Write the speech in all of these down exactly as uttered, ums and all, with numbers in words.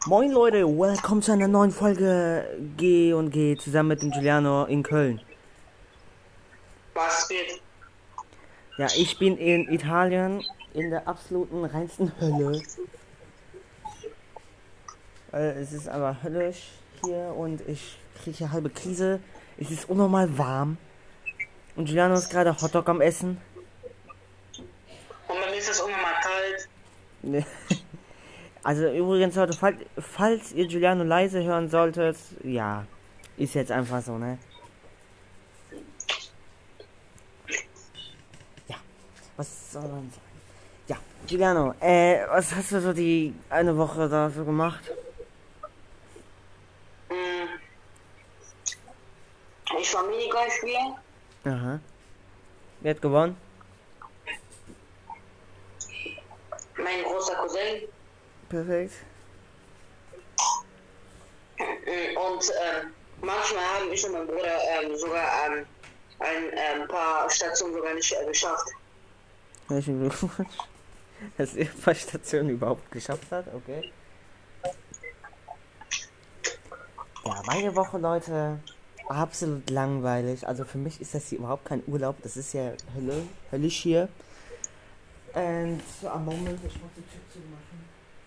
Moin Leute, willkommen zu einer neuen Folge G und G zusammen mit dem Giuliano in Köln. Was geht? Ja, ich bin in Italien in der absoluten reinsten Hölle. Äh, es ist aber höllisch hier und ich kriege hier halbe Krise. Es ist unnormal warm. Und Giuliano ist gerade Hotdog am Essen. Und bei mir ist es unnormal kalt. Also übrigens Leute, falls, falls ihr Giuliano leise hören solltet, ja, ist jetzt einfach so, ne? Ja, was soll man sagen? Ja, Giuliano, äh, was hast du so die eine Woche da so gemacht? Hm. Ich war Minigolf spielen. Aha. Wer hat gewonnen? Mein großer Cousin. Perfekt. Hm, Und ähm, manchmal haben ich und mein Bruder ähm, sogar ähm, ein ähm, paar Stationen sogar nicht äh, geschafft. Herzlichen Glückwunsch. Dass ihr ein paar Stationen überhaupt geschafft hat, okay. Ja, meine Woche, Leute, absolut langweilig. Also für mich ist das hier überhaupt kein Urlaub. Das ist ja Hölle, höllisch hier. Und so am Moment, ich muss die Tür zumachen.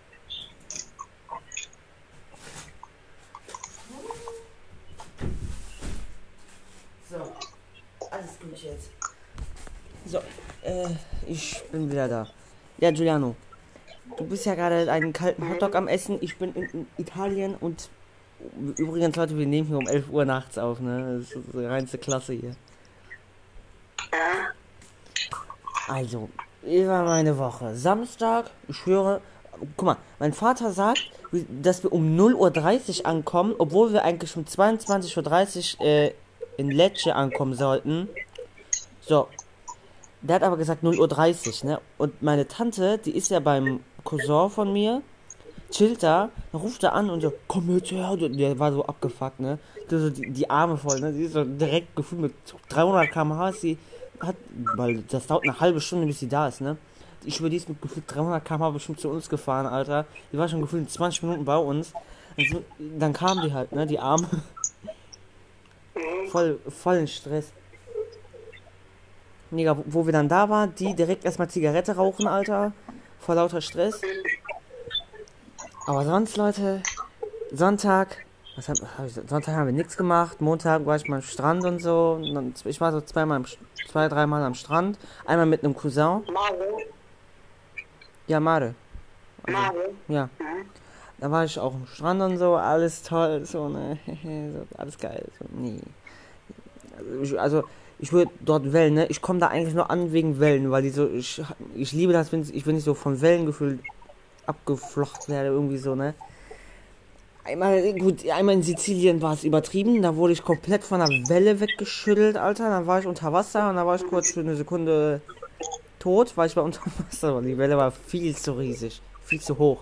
So, alles gut jetzt. So, äh, ich bin wieder da. Ja, Giuliano, du bist ja gerade einen kalten Hotdog am Essen. Ich bin in, in Italien und übrigens, Leute, wir nehmen hier um elf Uhr nachts auf, ne? Das ist die reinste Klasse hier. Ja. Also, wie war meine Woche? Samstag, ich schwöre, guck mal, mein Vater sagt, dass wir um null Uhr dreißig ankommen, obwohl wir eigentlich um zweiundzwanzig Uhr dreißig äh, in Lecce ankommen sollten. So, der hat aber gesagt null Uhr dreißig, ne? Und meine Tante, die ist ja beim Cousin von mir, chillt da, dann ruft er an und so, komm jetzt her, der war so abgefuckt, ne? So die, die Arme voll, ne? Die ist so direkt gefühlt mit dreihundert Kilometer pro Stunde, sie hat, weil das dauert eine halbe Stunde, bis sie da ist, ne? Ich über die ist mit gefühlt dreihundert Kilometer pro Stunde bestimmt zu uns gefahren, Alter. Die war schon gefühlt zwanzig Minuten bei uns. Und so, dann kam die halt, ne? Die Arme. Voll, voll in Stress. Mega, wo, wo wir dann da waren, die direkt erstmal Zigarette rauchen, Alter. Vor lauter Stress. Aber sonst, Leute, Sonntag, was hab, hab ich, Sonntag haben wir nichts gemacht. Montag war ich mal am Strand und so. Und dann, ich war so zweimal, am, zwei, dreimal am Strand. Einmal mit einem Cousin. Mario. Ja, Mare. Also, Mario. ja. Mhm. Da war ich auch am Strand und so. Alles toll, so, ne. So, alles geil. So, nee. Also, ich, also, ich würde dort Wellen, ne. Ich komme da eigentlich nur an wegen Wellen, weil die so, ich, ich liebe das, wenn ich, wenn ich so von Wellen gefühlt abgeflocht werde, irgendwie so, ne. Einmal, gut, einmal in Sizilien war es übertrieben, da wurde ich komplett von der Welle weggeschüttelt, Alter, dann war ich unter Wasser und da war ich kurz für eine Sekunde tot, weil ich war unter Wasser, weil die Welle war viel zu riesig, viel zu hoch.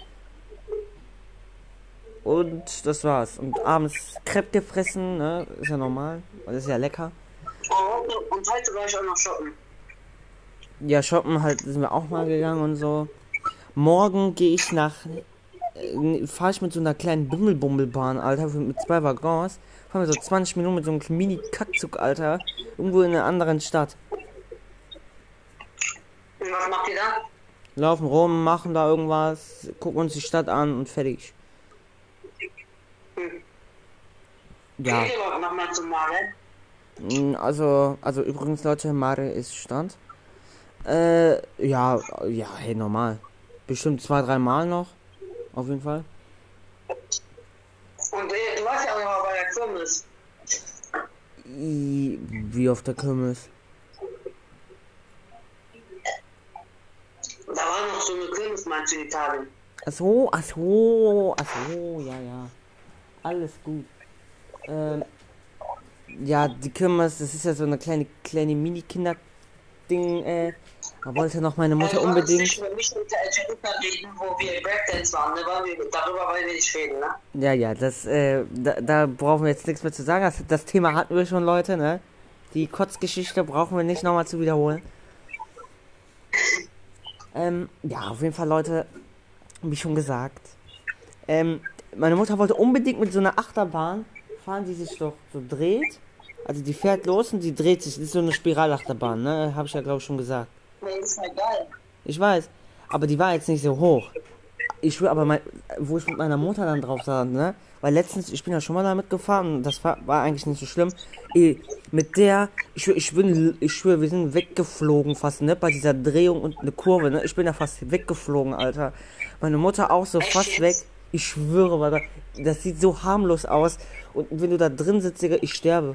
Und das war's. Und abends Crepe gefressen, ne, ist ja normal, weil das ist ja lecker. Und, und heute war ich auch noch shoppen. Ja, shoppen halt sind wir auch mal gegangen und so. Morgen gehe ich nach äh, fahre ich mit so einer kleinen Bimmelbummelbahn, Alter, mit zwei Waggons. Fahren wir so zwanzig Minuten mit so einem Mini-Kackzug, Alter, irgendwo in einer anderen Stadt. Und was macht ihr da? Laufen rum, machen da irgendwas, gucken uns die Stadt an und fertig. Hm. Ja, Geht ihr überhaupt nochmal zum Malen? mm, also, also übrigens, Leute, Mare ist Stand. Äh, ja, ja, hey, normal. Bestimmt zwei, drei Mal noch. Auf jeden Fall. Und äh, du warst ja auch noch mal bei der Kirmes. I, wie auf der Kirmes. Da war noch so eine Kirmes, meinst du, in Italien? Ach so, ach so, ach so, ja, ja. Alles gut. Ähm, ja, die Kirmes, das ist ja so eine kleine, kleine Mini-Kinder-Ding, äh. Da wollte noch meine Mutter Äh, du wolltest unbedingt. nicht mit mich mit der Angelika reden, wo wir Breakdance waren, ne? Wollen wir, darüber wollen wir nicht reden, ne? Ja, ja, das, äh, da, da brauchen wir jetzt nichts mehr zu sagen. Das, das Thema hatten wir schon, Leute, ne? Die Kotzgeschichte brauchen wir nicht nochmal zu wiederholen. Ähm, ja, auf jeden Fall, Leute, wie schon gesagt, Ähm, meine Mutter wollte unbedingt mit so einer Achterbahn fahren, die sich doch so dreht. Also die fährt los und die dreht sich. Das ist so eine Spiralachterbahn, ne? Habe ich ja, glaube ich, schon gesagt. Nee, ist halt geil. Ich weiß. Aber die war jetzt nicht so hoch. Ich schwöre aber, mein, wo ich mit meiner Mutter dann drauf saß, ne? Weil letztens, ich bin ja schon mal damit gefahren und das war, war eigentlich nicht so schlimm. Ey, mit der, ich schwöre, ich bin, ich schwöre, wir sind weggeflogen fast, ne? Bei dieser Drehung und eine Kurve, ne? Ich bin ja fast weggeflogen, Alter. Meine Mutter auch so Echt fast jetzt? weg. Ich schwöre, weil das sieht so harmlos aus. Und wenn du da drin sitzt, Digga, ich sterbe.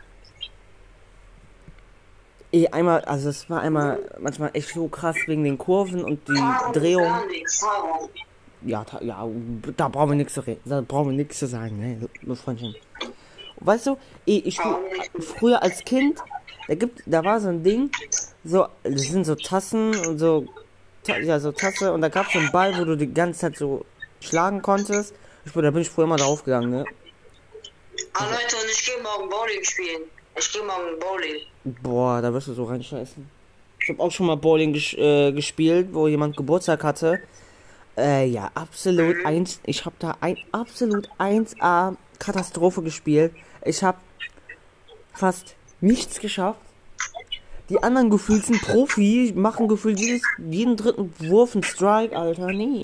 Ey, einmal, also es war einmal manchmal echt so krass wegen den Kurven und die Fahrrad ist Drehung. gar nichts. Fahrrad. Ja, ta- ja, da brauchen wir nichts zu reden. Da brauchen wir nichts zu sagen, ne, nur Freundchen. Weißt du, ey, ich fr früher als Kind, da gibt, da war so ein Ding, so, das sind so Tassen und so, ta ja, so Tasse und da gab es so einen Ball, wo du die ganze Zeit so schlagen konntest. Ich, da bin ich früher immer drauf gegangen, ne. Ah, Leute, und ich gehe morgen Bowling spielen. Ich gehe morgen Bowling. Boah, da wirst du so reinscheißen. Ich habe auch schon mal Bowling ges äh, gespielt, wo jemand Geburtstag hatte. Äh, ja, absolut eins. Ich habe da ein absolut eins A Katastrophe gespielt. Ich habe fast nichts geschafft. Die anderen gefühlt sind Profi, machen gefühlt jedes, jeden dritten Wurf einen Strike, Alter. Nee.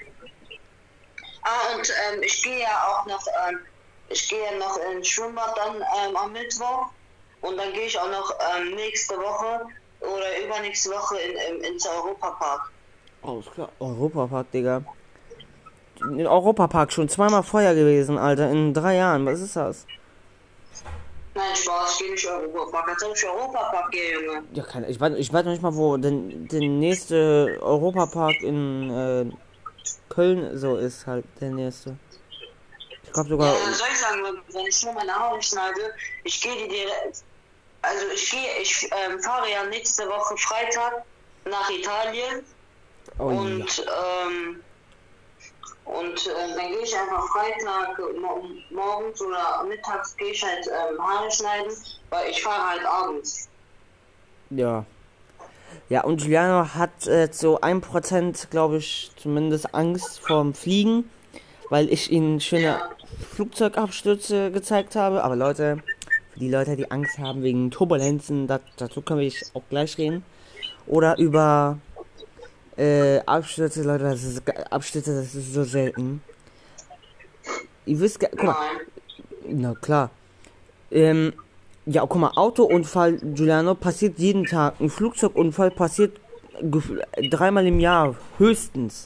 Ah, und ähm, ich gehe ja auch noch, ähm, ich gehe ja noch ins Schwimmbad dann ähm, am Mittwoch. Und dann gehe ich auch noch ähm, nächste Woche oder übernächste Woche in, in, ins Europapark. Alles klar. Europapark, Digga. In Europapark schon zweimal Feuer gewesen, Alter. In drei Jahren. Was ist das? Nein, Spaß, ich gehe nicht Europapark. Als ob ich Europapark gehe, Junge. Ja, keine, ich weiß, ich weiß noch nicht mal, wo denn der nächste Europapark in äh, Köln so ist, halt der nächste. Ich glaube sogar. Ja, soll ich sagen, wenn ich nur meine Haare schneide, ich gehe die direkt. Also ich gehe, ich ähm, fahre ja nächste Woche Freitag nach Italien. Oh, Und, ja. ähm, und äh, dann gehe ich einfach Freitag mo morgens oder mittags gehe ich halt ähm, Haare schneiden, weil ich fahre halt abends. Ja. Ja, und Giuliano hat äh, zu ein Prozent, glaube ich, zumindest Angst vorm Fliegen, weil ich ihnen schöne Ja. Flugzeugabstürze gezeigt habe. Aber Leute, für die Leute, die Angst haben wegen Turbulenzen, dat, dazu können wir auch gleich reden. Oder über äh, Abstürze, Leute, das ist Abstürze, das ist so selten. Ihr wisst, guck mal, Nein. na klar. Ähm, ja, guck mal, Autounfall, Giuliano, passiert jeden Tag. Ein Flugzeugunfall passiert dreimal im Jahr, höchstens.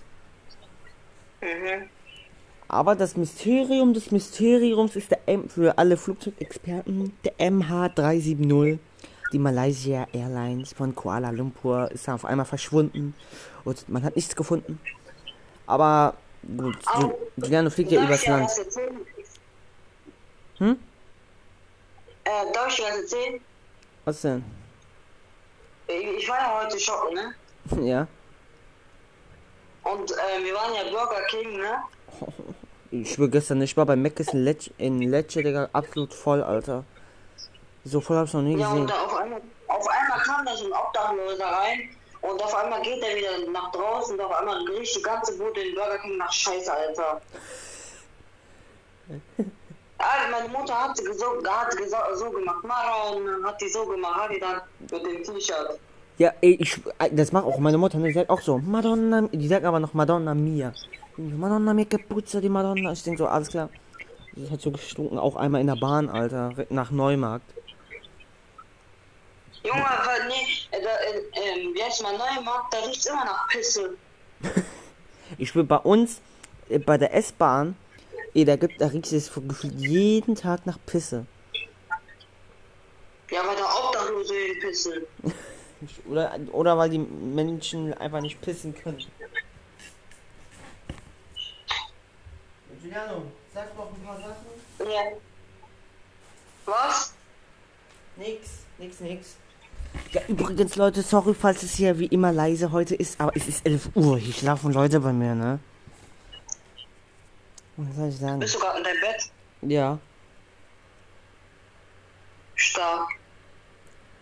Mhm. Aber das Mysterium des Mysteriums ist der M für alle Flugzeugexperten, der M H drei sieben null. Die Malaysia Airlines von Kuala Lumpur ist da auf einmal verschwunden und man hat nichts gefunden. Aber gut, Au, Giuliano fliegt ja darf übers ich dir Land. was erzählen? Hm? Äh, darf ich dir was erzählen? Was denn? Ich, ich war ja heute shoppen, ne? Ja. Und äh, wir waren ja Burger King, ne? Ich schwör gestern, ich war bei Mc's in Lecce, in Lecce, Digga, absolut voll, Alter. So voll hab's noch nie Ja, gesehen. und da auf einmal, auf einmal kam da so ein Obdachloser rein und auf einmal geht er wieder nach draußen und auf einmal riecht die ganze Bude in Burger King nach Scheiße, Alter. Also meine Mutter hat sie so, hat sie so, so gemacht, Maron hat die so gemacht, hat die dann mit dem T-Shirt. Ja, ey, ich, das macht auch meine Mutter, ne, die sagt auch so, Madonna, die sagt aber noch Madonna Mia. Madonna Mia Capuzza, die Madonna. Ich denk so, alles klar. Das hat so gestunken, auch einmal in der Bahn, Alter, nach Neumarkt. Junge, weil, nee, äh, da, äh, äh, wie heißt mein Neumarkt, da riecht's immer nach Pisse. Ich schwör, bei uns, äh, bei der S-Bahn, ey, da gibt, da riecht es gefühlt jeden Tag nach Pisse. Ja, weil da Obdachlose hin pissen. Oder, oder weil die Menschen einfach nicht pissen können. Giuliano, sag doch ein paar Sachen. Ja. Was? Nix, nix, nix. Ja, übrigens, Leute, sorry, falls es hier wie immer leise heute ist, aber es ist elf Uhr. Hier schlafen Leute bei mir, ne? Was soll ich sagen? Bist du gerade in deinem Bett? Ja. Stark.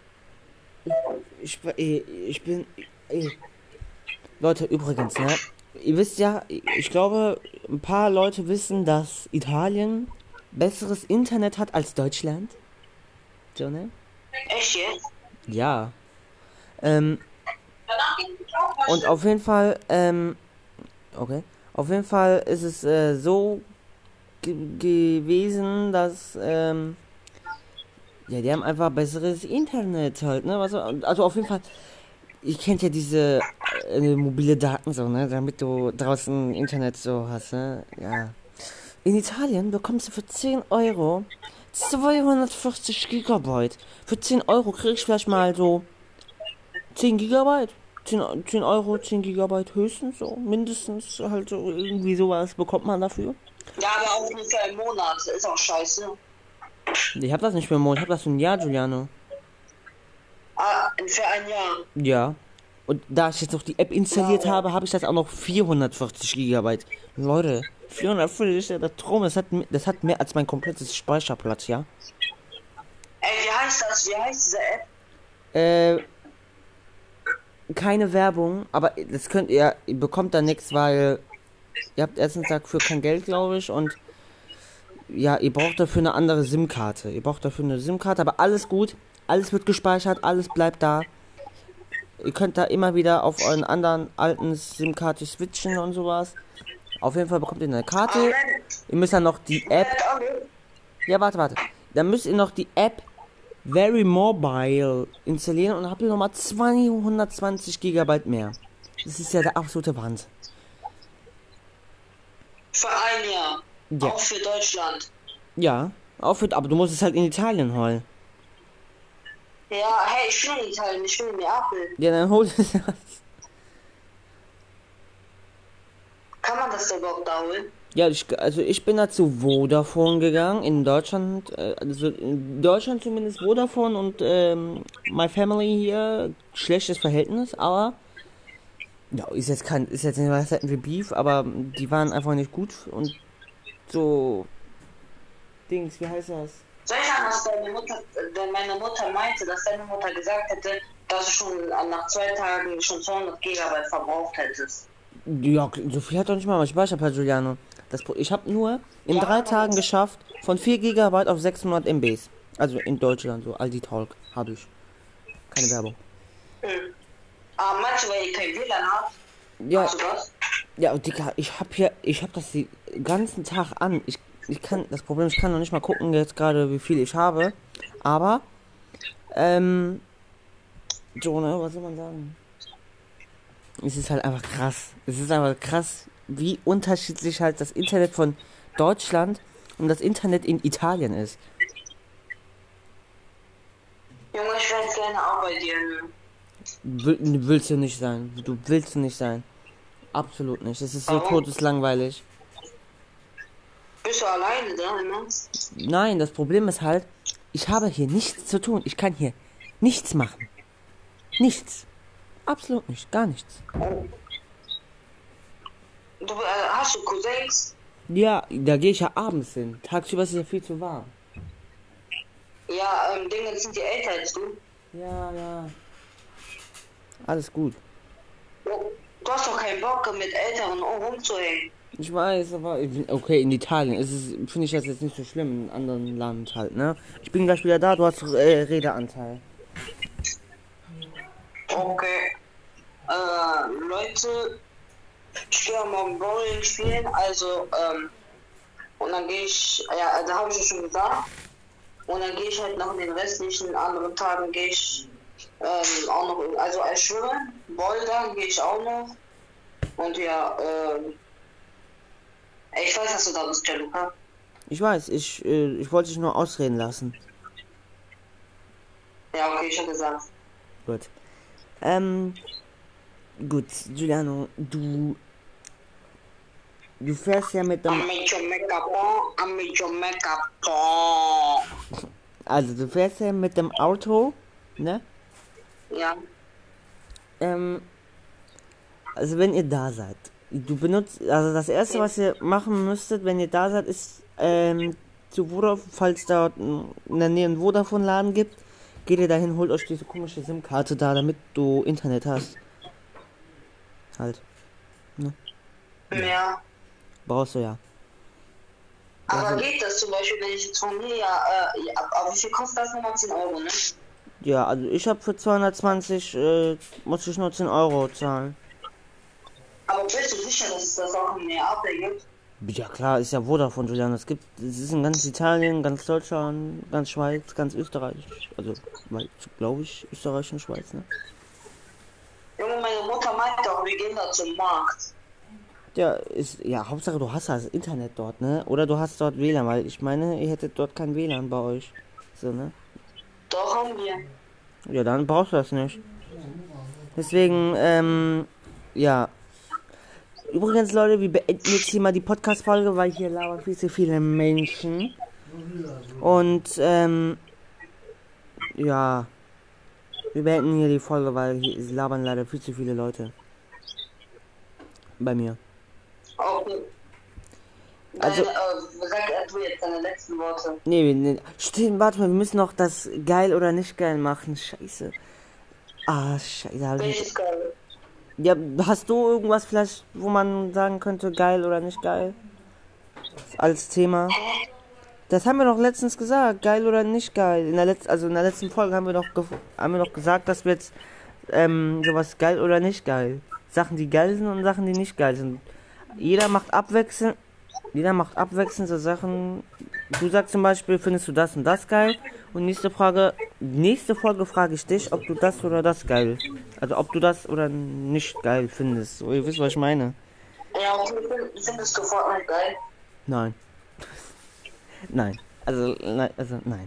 Ich, ich, ich bin. Ey. Leute, übrigens, ne? ihr wisst ja, ich glaube, ein paar Leute wissen, dass Italien besseres Internet hat als Deutschland. So, ne? Echt jetzt? Ja. Ähm, und auf jeden Fall, ähm, okay. Auf jeden Fall ist es äh, so ge gewesen, dass, ähm, ja, die haben einfach besseres Internet halt, ne? Also, also auf jeden Fall, ihr kennt ja diese äh, mobile Daten so, ne? Damit du draußen Internet so hast, ne? Ja. In Italien bekommst du für zehn Euro zweihundertvierzig Gigabyte. Für zehn Euro krieg ich vielleicht mal so zehn Gigabyte. zehn, zehn Euro, zehn Gigabyte höchstens, so mindestens halt so irgendwie sowas bekommt man dafür. Ja, aber auch nur für einen Monat. Ist auch scheiße. Ich hab das nicht für einen Monat, ich hab das für ein Jahr, Giuliano. Ah, für ein Jahr. Ja. Und da ich jetzt noch die App installiert Wow. habe, habe ich das auch noch vierhundertvierzig Gigabyte. Leute, vierhundertvierzig ist ja der Traum. Das hat, das hat mehr als mein komplettes Speicherplatz, ja? Ey, wie heißt das? Wie heißt diese App? Äh, keine Werbung, aber das könnt ihr, ihr bekommt da nichts, weil ihr habt erstens dafür kein Geld, glaube ich, und ja, ihr braucht dafür eine andere SIM-Karte. Ihr braucht dafür eine SIM-Karte, aber alles gut, alles wird gespeichert, alles bleibt da. Ihr könnt da immer wieder auf euren anderen alten SIM-Karte switchen und sowas. Auf jeden Fall bekommt ihr eine Karte. Ihr müsst dann noch die App. Ja, warte, warte. Dann müsst ihr noch die App Very Mobile installieren und dann habt ihr nochmal zweihundertzwanzig Gigabyte mehr. Das ist ja der absolute Wahnsinn. Für ein Jahr. Ja. Auch für Deutschland. Ja, auch für, aber du musst es halt in Italien holen. Ja, hey, ich will in Italien, ich will in Neapel. Ja, dann hol es. Kann man das überhaupt da holen? Ja, ich, also ich bin da zu Vodafone gegangen, in Deutschland, äh, also in Deutschland zumindest Vodafone und ähm, My Family hier, schlechtes Verhältnis, aber ja, ist jetzt kein, ist jetzt nicht, was hätten wir Beef, aber die waren einfach nicht gut und so Dings, wie heißt das? Soll ich sagen, was deine Mutter, denn meine Mutter meinte, dass deine Mutter gesagt hätte, dass du schon nach zwei Tagen schon zweihundert Gigabyte verbraucht hättest. Ja, so viel hat doch nicht mal mein Speicherplatz, Giuliano. Das, ich habe nur in Ja, drei aber Tagen das- geschafft, von vier Gigabyte auf sechshundert M Bs. Also in Deutschland, so Aldi Talk habe ich. Keine Werbung. Hm. Ah, meinst du, weil ihr kein W L A N habt? Ja, Hast du das? ja, Digga, ich hab hier, ich hab das den ganzen Tag an. Ich, ich kann, das Problem, ich kann noch nicht mal gucken jetzt gerade, wie viel ich habe. Aber, ähm, so, ne, was soll man sagen? Es ist halt einfach krass. Es ist einfach krass, wie unterschiedlich halt das Internet von Deutschland und das Internet in Italien ist. Junge, ich wäre jetzt gerne auch bei dir. Ne? Will, willst du nicht sein. Du willst du nicht sein. Absolut nicht. Es ist so Warum? todeslangweilig. Bist du alleine da, ne? Nein, das Problem ist halt, ich habe hier nichts zu tun. Ich kann hier nichts machen. Nichts. Absolut nicht. Gar nichts. Du äh, hast du Cousins? Ja, da gehe ich ja abends hin. Tagsüber ist es ja viel zu warm. Ja, ähm, Dinge sind die älter als du. Ja, ja. Alles gut. Du du hast doch keinen Bock, mit Älteren rumzuhängen. Ich weiß, aber ich bin, okay, in Italien ist es, finde ich das jetzt nicht so schlimm, in einem anderen Land halt, ne? Ich bin gleich wieder da, du hast äh, Redeanteil. Okay. Äh, Leute, ich gehe morgen Bowling spielen, also, ähm, und dann gehe ich, ja, da habe ich ja schon gesagt, und dann gehe ich halt noch in den restlichen anderen Tagen gehe ich, ähm, auch noch, also als Schwimmen, Bouldern gehe ich auch noch, und ja, ähm, ich weiß, dass du da bist, Jaluka. Ich weiß, ich, äh, ich wollte dich nur ausreden lassen. Ja, okay, ich habe gesagt. Gut. Ähm, gut, Giuliano, du, du fährst ja mit dem, Amico Mecapon, Amico Mecapon. also du fährst ja mit dem Auto, ne? Ja. Ähm, also wenn ihr da seid, du benutzt, also das erste, was ihr machen müsstet, wenn ihr da seid, ist, ähm, zu Vodafone, falls da in der Nähe einen Vodafone-Laden gibt, geht ihr dahin, holt euch diese komische SIM-Karte da, damit du Internet hast. Halt. Ne? Ja. Brauchst du ja. Aber Also, geht das zum Beispiel, wenn ich jetzt von mir, ja, äh, ja, aber wie viel kostet das nochmal? zehn Euro, ne? ja, also ich habe für zweihundertzwanzig, äh, muss ich nur zehn Euro zahlen. Aber bist du sicher, dass es das auch in Neapel gibt? Ja klar, ist ja Vodafone, Julian. Es gibt, es ist in ganz Italien, ganz Deutschland, ganz Schweiz, ganz Österreich. Also, glaube ich, Österreich und Schweiz, ne? Junge, meine Mutter meinte auch, wir gehen da zum Markt. Ja, ist, ja, Hauptsache du hast das Internet dort, ne? Oder du hast dort W L A N, weil ich meine, ihr hättet dort kein W L A N bei euch. So, ne? Doch, haben wir. Ja, dann brauchst du das nicht. Deswegen, ähm, ja. Übrigens, Leute, wir beenden jetzt hier mal die Podcast-Folge, weil hier labern viel zu viele Menschen. Und, ähm, ja. Wir beenden hier die Folge, weil hier labern leider viel zu viele Leute. Bei mir. Okay. Also, Deine, äh, sag du jetzt deine letzten Worte. nee, nee, stimmt, warte mal, wir müssen noch das geil oder nicht geil machen. Scheiße. Ah, scheiße. hab ich- Welches geil? Ja, hast du irgendwas vielleicht, wo man sagen könnte, geil oder nicht geil? Als Thema. Das haben wir doch letztens gesagt, geil oder nicht geil. In der letzten, also in der letzten Folge haben wir doch gef- haben wir doch gesagt, dass wir jetzt ähm, sowas geil oder nicht geil. Sachen, die geil sind und Sachen, die nicht geil sind. Jeder macht abwechselnd, jeder macht abwechselnd so Sachen. Du sagst zum Beispiel, findest du das und das geil? Und nächste Frage, nächste Folge frage ich dich, ob du das oder das geil, also ob du das oder nicht geil findest. So, ihr wisst, was ich meine. Ja, okay, find- findest du Fortnite geil? Nein. Nein. Also, nein, also, nein.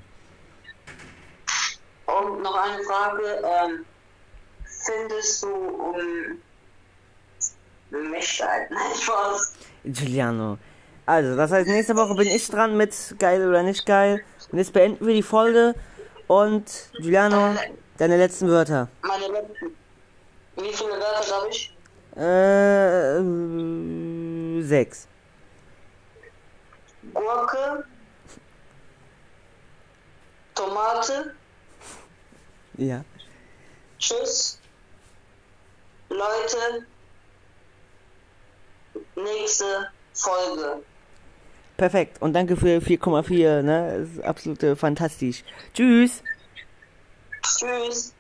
Und noch eine Frage, ähm, findest du, um, mich geil? Nein, Spaß. Giuliano. Also, das heißt, nächste Woche bin ich dran mit geil oder nicht geil. Und jetzt beenden wir die Folge. Und, Giuliano, deine letzten Wörter. Meine letzten. Wie viele Wörter habe ich? Äh, sechs. Gurke, Tomate, Ja. Tschüss, Leute, nächste Folge. Perfekt. Und danke für vier Komma vier, ne? Das ist absolut äh, fantastisch. Tschüss. Tschüss.